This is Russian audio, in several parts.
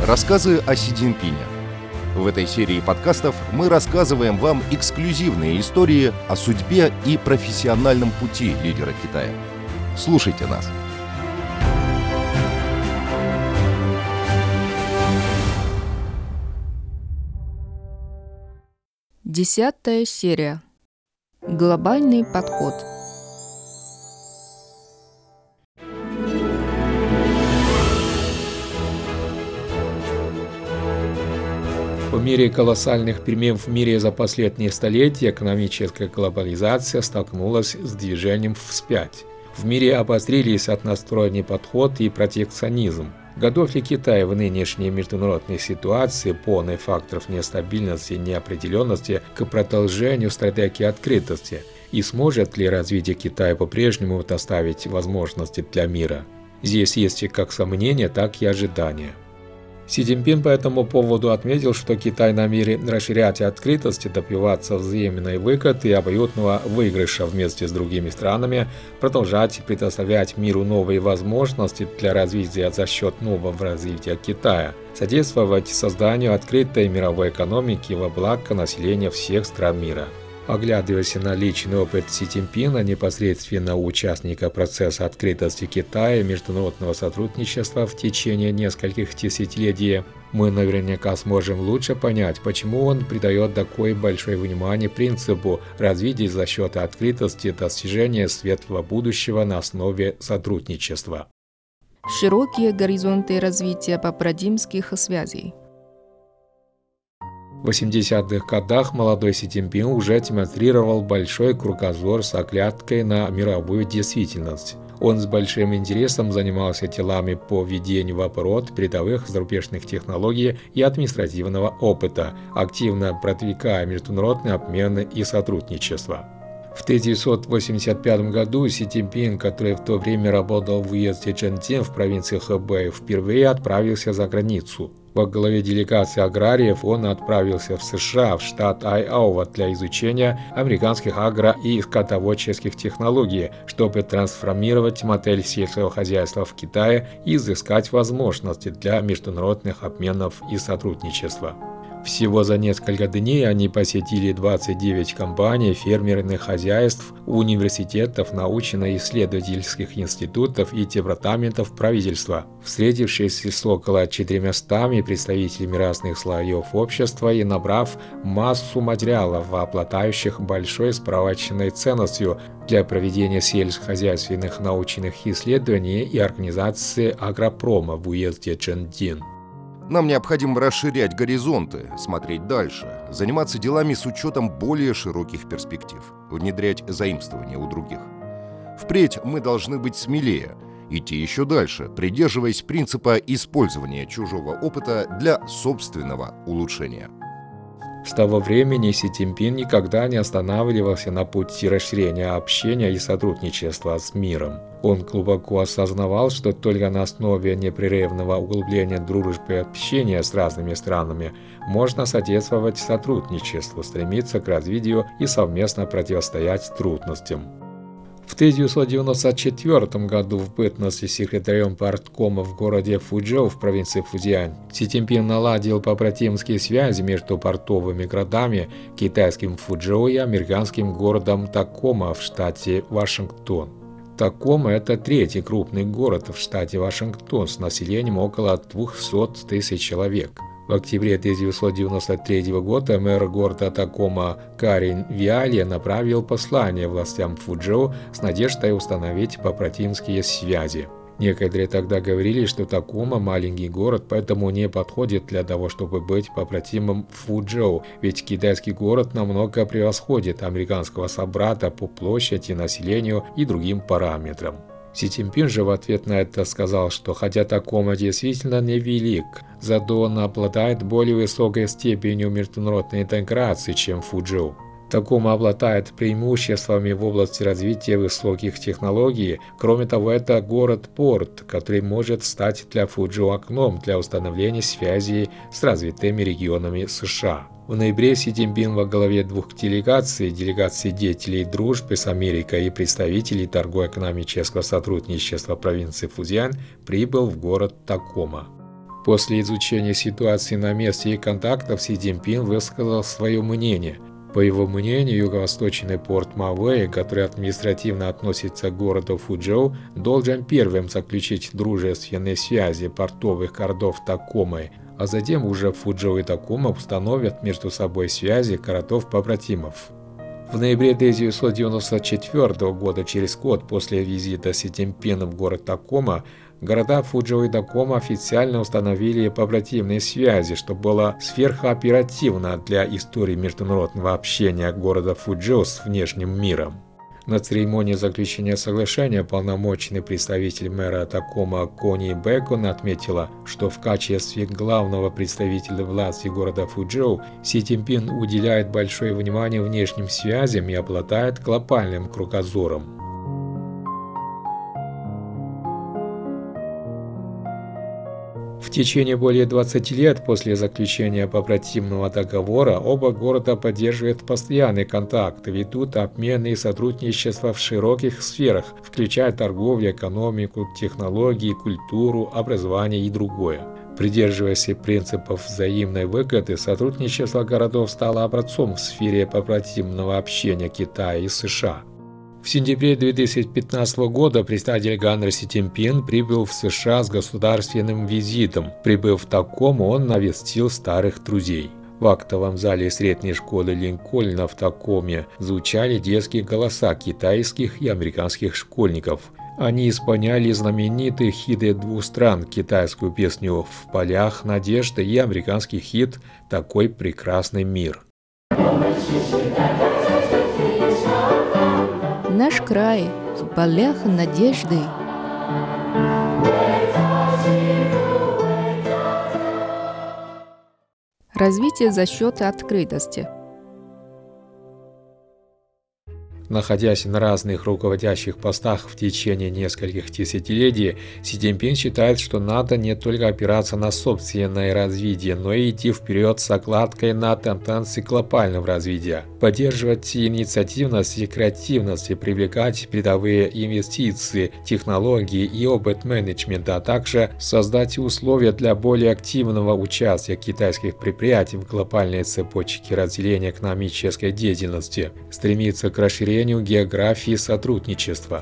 Рассказы о Си Цзиньпине. В этой серии подкастов мы рассказываем вам эксклюзивные истории о судьбе и профессиональном пути лидера Китая. Слушайте нас. Десятая серия. Глобальный подход. В мире колоссальных перемен в мире за последние столетия экономическая глобализация столкнулась с движением вспять. В мире обострились односторонний подход и протекционизм. Готов ли Китай в нынешней международной ситуации, полной факторов нестабильности и неопределенности, к продолжению стратегии открытости? И сможет ли развитие Китая по-прежнему доставить возможности для мира? Здесь есть как сомнения, так и ожидания. Си Цзиньпин по этому поводу отметил, что Китай намерен расширять открытость и добиваться взаимной выгоды и обоюдного выигрыша вместе с другими странами, продолжать предоставлять миру новые возможности для развития за счет нового развития Китая, содействовать созданию открытой мировой экономики во благо населения всех стран мира. Оглядываясь на личный опыт Си Цзиньпина, непосредственно участника процесса открытости Китая и международного сотрудничества в течение нескольких десятилетий, мы наверняка сможем лучше понять, почему он придает такое большое внимание принципу развития за счет открытости достижения светлого будущего на основе сотрудничества. Широкие горизонты развития парадигмских связей. В 80-х годах молодой Си Цзиньпин уже демонстрировал большой кругозор с оглядкой на мировую действительность. Он с большим интересом занимался делами по введению в оборот передовых зарубежных технологий и административного опыта, активно продвигая международные обмены и сотрудничество. В 1985 году Си Цзиньпин, который в то время работал в уезде Чжэнцзин в провинции Хэбэй, впервые отправился за границу. Во главе делегации аграриев он отправился в США, в штат Айова, для изучения американских агро- и скотоводческих технологий, чтобы трансформировать модель сельского хозяйства в Китае и изыскать возможности для международных обменов и сотрудничества. Всего за несколько дней они посетили 29 компаний, фермерных хозяйств, университетов, научно-исследовательских институтов и департаментов правительства, встретившись с около 400 представителями разных слоев общества и набрав массу материалов, обладающих большой справочной ценностью для проведения сельскохозяйственных научных исследований и организации агропрома в уезде Чжэнцзин. Нам необходимо расширять горизонты, смотреть дальше, заниматься делами с учетом более широких перспектив, внедрять заимствования у других. Впредь мы должны быть смелее, идти еще дальше, придерживаясь принципа использования чужого опыта для собственного улучшения. С того времени Си Цзиньпин никогда не останавливался на пути расширения общения и сотрудничества с миром. Он глубоко осознавал, что только на основе непрерывного углубления дружбы и общения с разными странами можно содействовать сотрудничеству, стремиться к развитию и совместно противостоять трудностям. В 1994 году в бытности секретарем парткома в городе Фуджоу в провинции Фудзянь Си Цзиньпин наладил побратимские связи между портовыми городами, китайским Фуджоу и американским городом Такома в штате Вашингтон. Такома – это третий крупный город в штате Вашингтон с населением около 200 тысяч человек. В октябре 1993 года мэр города Такома Карин Виалия направил послание властям Фуджоу с надеждой установить побратимские связи. Некоторые тогда говорили, что Такома – маленький город, поэтому не подходит для того, чтобы быть побратимом Фуджоу, ведь китайский город намного превосходит американского собрата по площади, населению и другим параметрам. Си Цзиньпин же в ответ на это сказал, что хотя Такома действительно невелик, зато он обладает более высокой степенью международной интеграции, чем Фуджоу. Такома обладает преимуществами в области развития высоких технологий. Кроме того, это город-порт, который может стать для Фуджоу окном для установления связей с развитыми регионами США. В ноябре Си Цзиньпин во главе двух делегаций деятелей дружбы с Америкой и представителей торгово-экономического сотрудничества провинции Фудзянь, прибыл в город Такома. После изучения ситуации на месте и контактов Си Цзиньпин высказал свое мнение. По его мнению, юго-восточный порт Мавэй, который административно относится к городу Фучжоу, должен первым заключить дружественные связи портовых городов Такомы, а затем уже Фучжоу и Такома установят между собой связи городов-побратимов. В ноябре 1994 года, через год после визита Си Цзиньпина в город Такома, города Фучжоу и Такома официально установили побратимные связи, что было сверхоперативно для истории международного общения города Фучжоу с внешним миром. На церемонии заключения соглашения полномочный представитель мэра Такома Кони Бэкон отметила, что в качестве главного представителя власти города Фучжоу Си Цзиньпин уделяет большое внимание внешним связям и обладает глобальным кругозором. В течение более 20 лет после заключения побратимного договора оба города поддерживают постоянный контакт, ведут обмены и сотрудничество в широких сферах, включая торговлю, экономику, технологии, культуру, образование и другое. Придерживаясь принципов взаимной выгоды, сотрудничество городов стало образцом в сфере побратимного общения Китая и США. В сентябре 2015 года председатель КНР Си Цзиньпин прибыл в США с государственным визитом. Прибыв в Такому, он навестил старых друзей. В актовом зале средней школы Линкольна в Такоме звучали детские голоса китайских и американских школьников. Они исполняли знаменитые хиты двух стран, китайскую песню «В полях надежды» и американский хит «Такой прекрасный мир». Наш край в полях надежды. Развитие за счет открытости. Находясь на разных руководящих постах в течение нескольких десятилетий, Си Цзиньпин считает, что надо не только опираться на собственное развитие, но и идти вперед с окладкой на тенденции глобального развития, поддерживать инициативность и креативность, и привлекать передовые инвестиции, технологии и опыт менеджмента, а также создать условия для более активного участия китайских предприятий в глобальной цепочке разделения экономической деятельности, стремиться к расширению географии сотрудничества.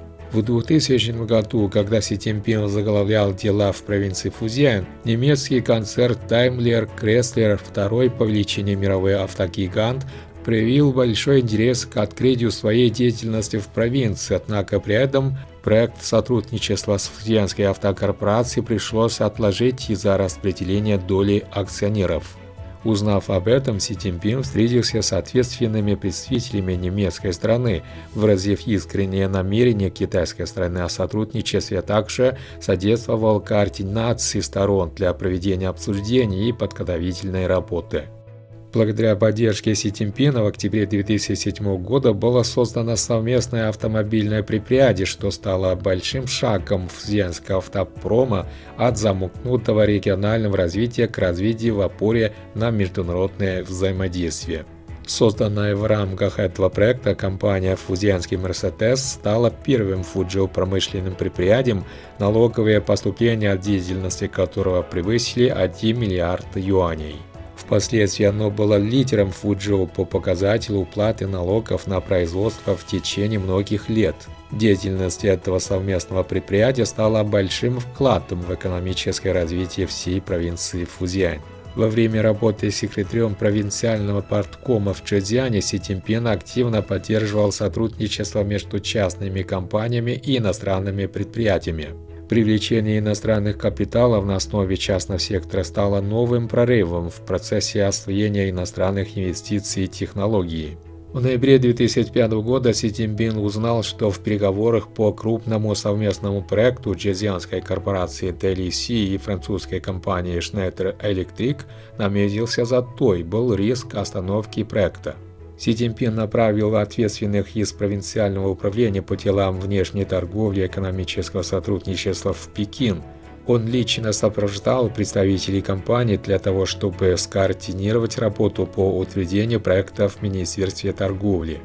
В 2000 году, когда Си Цзиньпин возглавлял дела в провинции Фузян, немецкий концерн Daimler Chrysler, второй по величине мировой автогигант, проявил большой интерес к открытию своей деятельности в провинции, однако при этом проект сотрудничества с Фузянской автокорпорацией пришлось отложить из-за распределения доли акционеров. Узнав об этом, Си Цзиньпин встретился с ответственными представителями немецкой страны, выразив искреннее намерение китайской страны о сотрудничестве, а также содействовал координации сторон для проведения обсуждений и подготовительной работы. Благодаря поддержке Си Цзиньпина в октябре 2007 года было создано совместное автомобильное предприятие, что стало большим шагом Фузянского автопрома от замкнутого регионального развития к развитию в опоре на международное взаимодействие. Созданная в рамках этого проекта компания «Фузянский Мерседес» стала первым в Фучжоу промышленным предприятием, налоговые поступления от деятельности которого превысили 1 миллиард юаней. Впоследствии оно было лидером Фучжоу по показателю уплаты налогов на производство в течение многих лет. Деятельность этого совместного предприятия стала большим вкладом в экономическое развитие всей провинции Фузянь. Во время работы секретарем провинциального парткома в Чжэцзяне Си Цзиньпин активно поддерживал сотрудничество между частными компаниями и иностранными предприятиями. Привлечение иностранных капиталов на основе частного сектора стало новым прорывом в процессе освоения иностранных инвестиций и технологий. В ноябре 2005 года Си Цзиньпин узнал, что в переговорах по крупному совместному проекту чжэцзянской корпорации TLC и французской компании Schneider Electric наметился затой, был риск остановки проекта. Си Цзиньпин направил ответственных из провинциального управления по делам внешней торговли и экономического сотрудничества в Пекин. Он лично сопровождал представителей компании для того, чтобы скоординировать работу по утверждению проекта в Министерстве торговли. В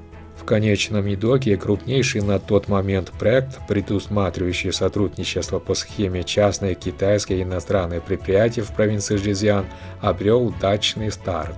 В конечном итоге крупнейший на тот момент проект, предусматривающий сотрудничество по схеме частное китайское и иностранное предприятие в провинции Чжэцзян, обрел удачный старт.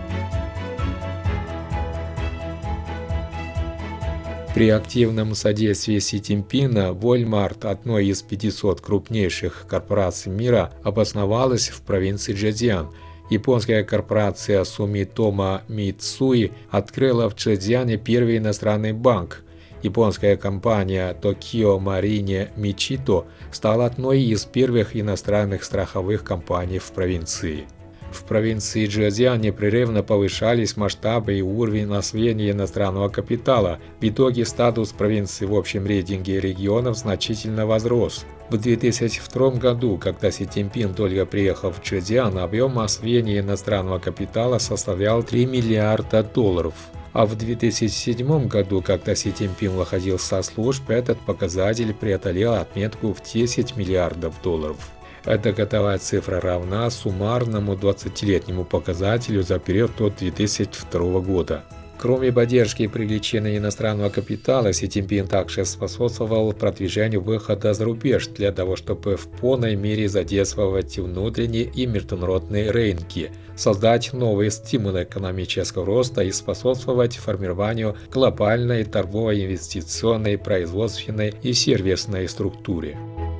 При активном содействии Си Цзиньпина Walmart, одной из 500 крупнейших корпораций мира, обосновалась в провинции Чжэцзян. Японская корпорация Sumitomo Mitsui открыла в Чжэцзяне первый иностранный банк. Японская компания Tokio Marine Michito стала одной из первых иностранных страховых компаний в провинции. В провинции Чжэцзян непрерывно повышались масштабы и уровень освоения иностранного капитала. В итоге статус провинции в общем рейтинге регионов значительно возрос. В 2002 году, когда Си Цзиньпин только приехал в Чжэцзян, объем освоения иностранного капитала составлял $3 миллиарда. А в 2007 году, когда Си Цзиньпин выходил со служб, этот показатель преодолел отметку в $10 миллиардов. Эта годовая цифра равна суммарному 20-летнему показателю за период до 2002 года. Кроме поддержки и привлечения иностранного капитала, Си Цзиньпин также способствовал продвижению выхода за рубеж для того, чтобы в полной мере задействовать внутренние и международные рынки, создать новые стимулы экономического роста и способствовать формированию глобальной торговой, инвестиционной, производственной и сервисной структуры.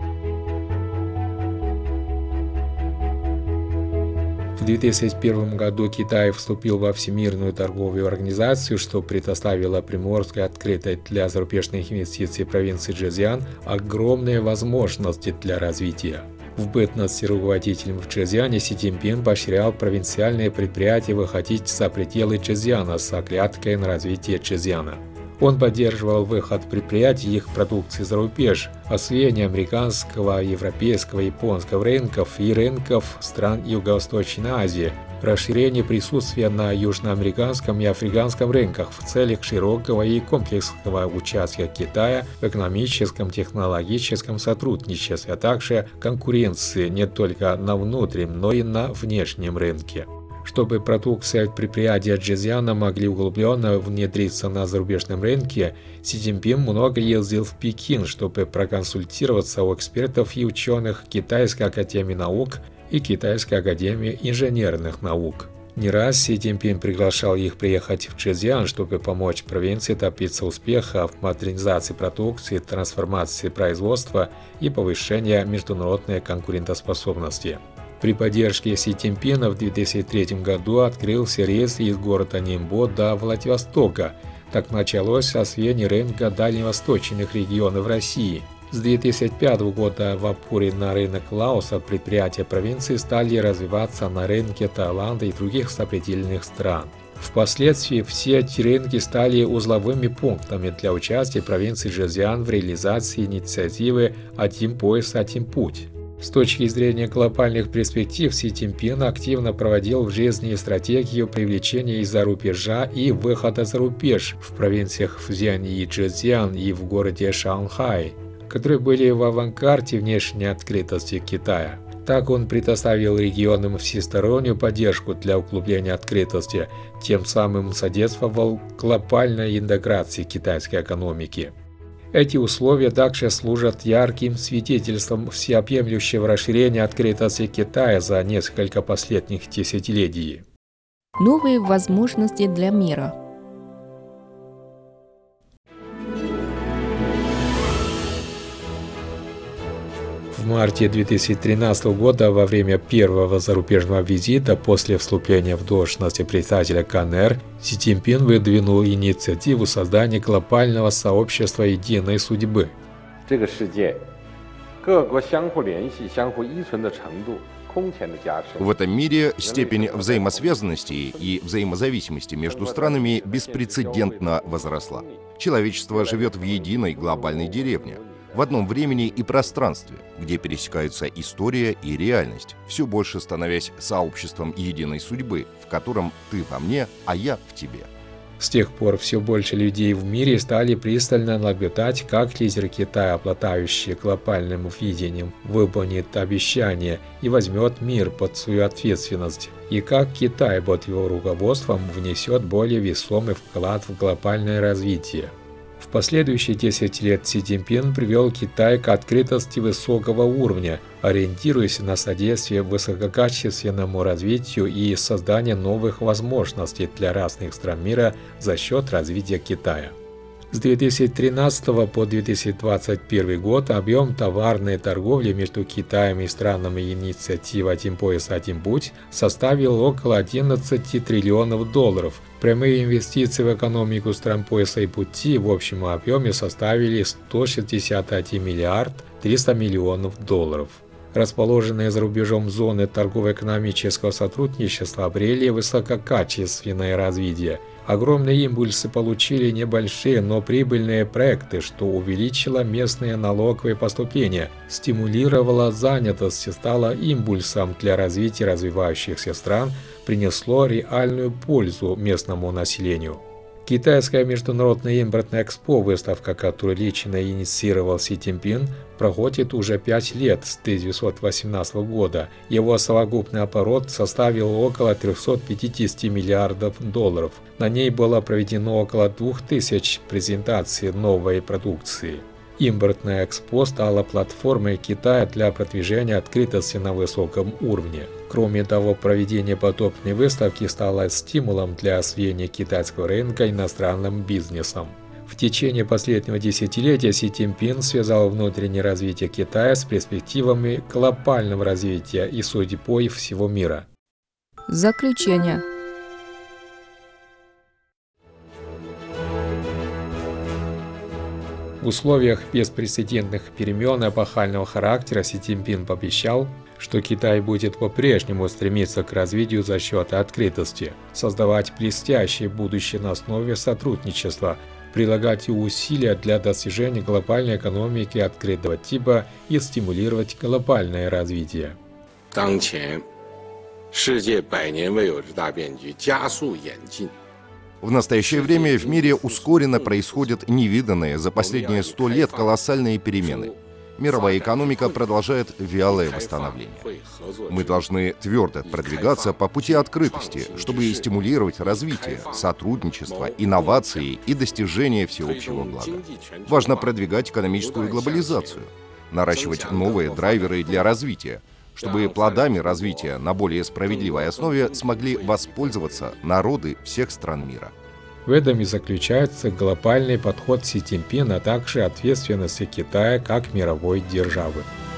В 2001 году Китай вступил во Всемирную торговую организацию, что предоставило Приморской открытой для зарубежных инвестиций провинции Чжэцзян огромные возможности для развития. В бытность руководителем в Чжэцзяне Си Цзиньпин поощрял провинциальные предприятия выходить за пределы Чжэцзяна с оглядкой на развитие Чжэцзяна. Он поддерживал выход предприятий и их продукции за рубеж, освоение американского, европейского, японского рынков и рынков стран Юго-Восточной Азии, расширение присутствия на южноамериканском и африканском рынках в целях широкого и комплексного участия Китая в экономическом, технологическом сотрудничестве, а также конкуренции не только на внутреннем, но и на внешнем рынке. Чтобы продукция предприятия Чжэцзяна могли углубленно внедриться на зарубежном рынке, Си Цзиньпин много ездил в Пекин, чтобы проконсультироваться у экспертов и ученых Китайской академии наук и Китайской академии инженерных наук. Не раз Си Цзиньпин приглашал их приехать в Чжэцзян, чтобы помочь провинции добиться успеха в модернизации продукции, трансформации производства и повышения международной конкурентоспособности. При поддержке Си Цзиньпина в 2003 году открылся рейс из города Нинбо до Владивостока. Так началось освоение рынка дальневосточных регионов России. С 2005 года в опоре на рынок Лаоса предприятия провинции стали развиваться на рынке Таиланда и других сопредельных стран. Впоследствии все эти рынки стали узловыми пунктами для участия провинции Чжэцзян в реализации инициативы «Один пояс, один путь». С точки зрения глобальных перспектив, Си Цзиньпин активно проводил в жизни стратегию привлечения из-за рубежа и выхода за рубеж в провинциях Фуцзянь и Чжэцзян и в городе Шанхай, которые были в авангарде внешней открытости Китая. Так он предоставил регионам всестороннюю поддержку для углубления открытости, тем самым содействовал глобальной интеграции китайской экономики. Эти условия также служат ярким свидетельством всеобъемлющего расширения открытости Китая за несколько последних десятилетий. Новые возможности для мира. В марте 2013 года во время первого зарубежного визита после вступления в должность председателя КНР Си Цзиньпин выдвинул инициативу создания глобального сообщества единой судьбы. В этом мире степень взаимосвязанности и взаимозависимости между странами беспрецедентно возросла. Человечество живет в единой глобальной деревне, в одном времени и пространстве, где пересекаются история и реальность, все больше становясь сообществом единой судьбы, в котором ты во мне, а я в тебе. С тех пор все больше людей в мире стали пристально наблюдать, как лидер Китая, обладающий глобальным видением, выполнит обещания и возьмет мир под свою ответственность, и как Китай под его руководством внесет более весомый вклад в глобальное развитие. В последующие 10 лет Си Цзиньпин привел Китай к открытости высокого уровня, ориентируясь на содействие высококачественному развитию и создание новых возможностей для разных стран мира за счет развития Китая. С 2013 по 2021 год объем товарной торговли между Китаем и странами инициативы «Один пояс, один путь» составил около 11 триллионов долларов. Прямые инвестиции в экономику стран пояса и пути в общем объеме составили 161 миллиард 300 миллионов долларов. Расположенные за рубежом зоны торгово-экономического сотрудничества обрели высококачественное развитие. Огромные импульсы получили небольшие, но прибыльные проекты, что увеличило местные налоговые поступления, стимулировало занятость и стало импульсом для развития развивающихся стран, принесло реальную пользу местному населению. Китайская международная импортная экспо, выставка, которую лично инициировал Си Цзиньпин, проходит уже 5 лет с 1918 года. Его совокупный оборот составил около 350 миллиардов долларов. На ней было проведено около 2000 презентаций новой продукции. Импортная экспо стала платформой Китая для продвижения открытости на высоком уровне. Кроме того, проведение подобной выставки стало стимулом для освоения китайского рынка иностранным бизнесом. В течение последнего десятилетия Си Цзиньпин связал внутреннее развитие Китая с перспективами глобального развития и судьбой всего мира. Заключение. В условиях беспрецедентных перемен эпохального характера Си Цзиньпин пообещал, что Китай будет по-прежнему стремиться к развитию за счет открытости, создавать блестящее будущее на основе сотрудничества, прилагать усилия для достижения глобальной экономики открытого типа и стимулировать глобальное развитие. 当前世界百年未有之大变局加速演进。 В настоящее время в мире ускоренно происходят невиданные за последние 100 лет колоссальные перемены. Мировая экономика продолжает вялое восстановление. Мы должны твердо продвигаться по пути открытости, чтобы стимулировать развитие, сотрудничество, инновации и достижение всеобщего блага. Важно продвигать экономическую глобализацию, наращивать новые драйверы для развития, чтобы плодами развития на более справедливой основе смогли воспользоваться народы всех стран мира. В этом и заключается глобальный подход Си Цзиньпина, а также ответственности Китая как мировой державы.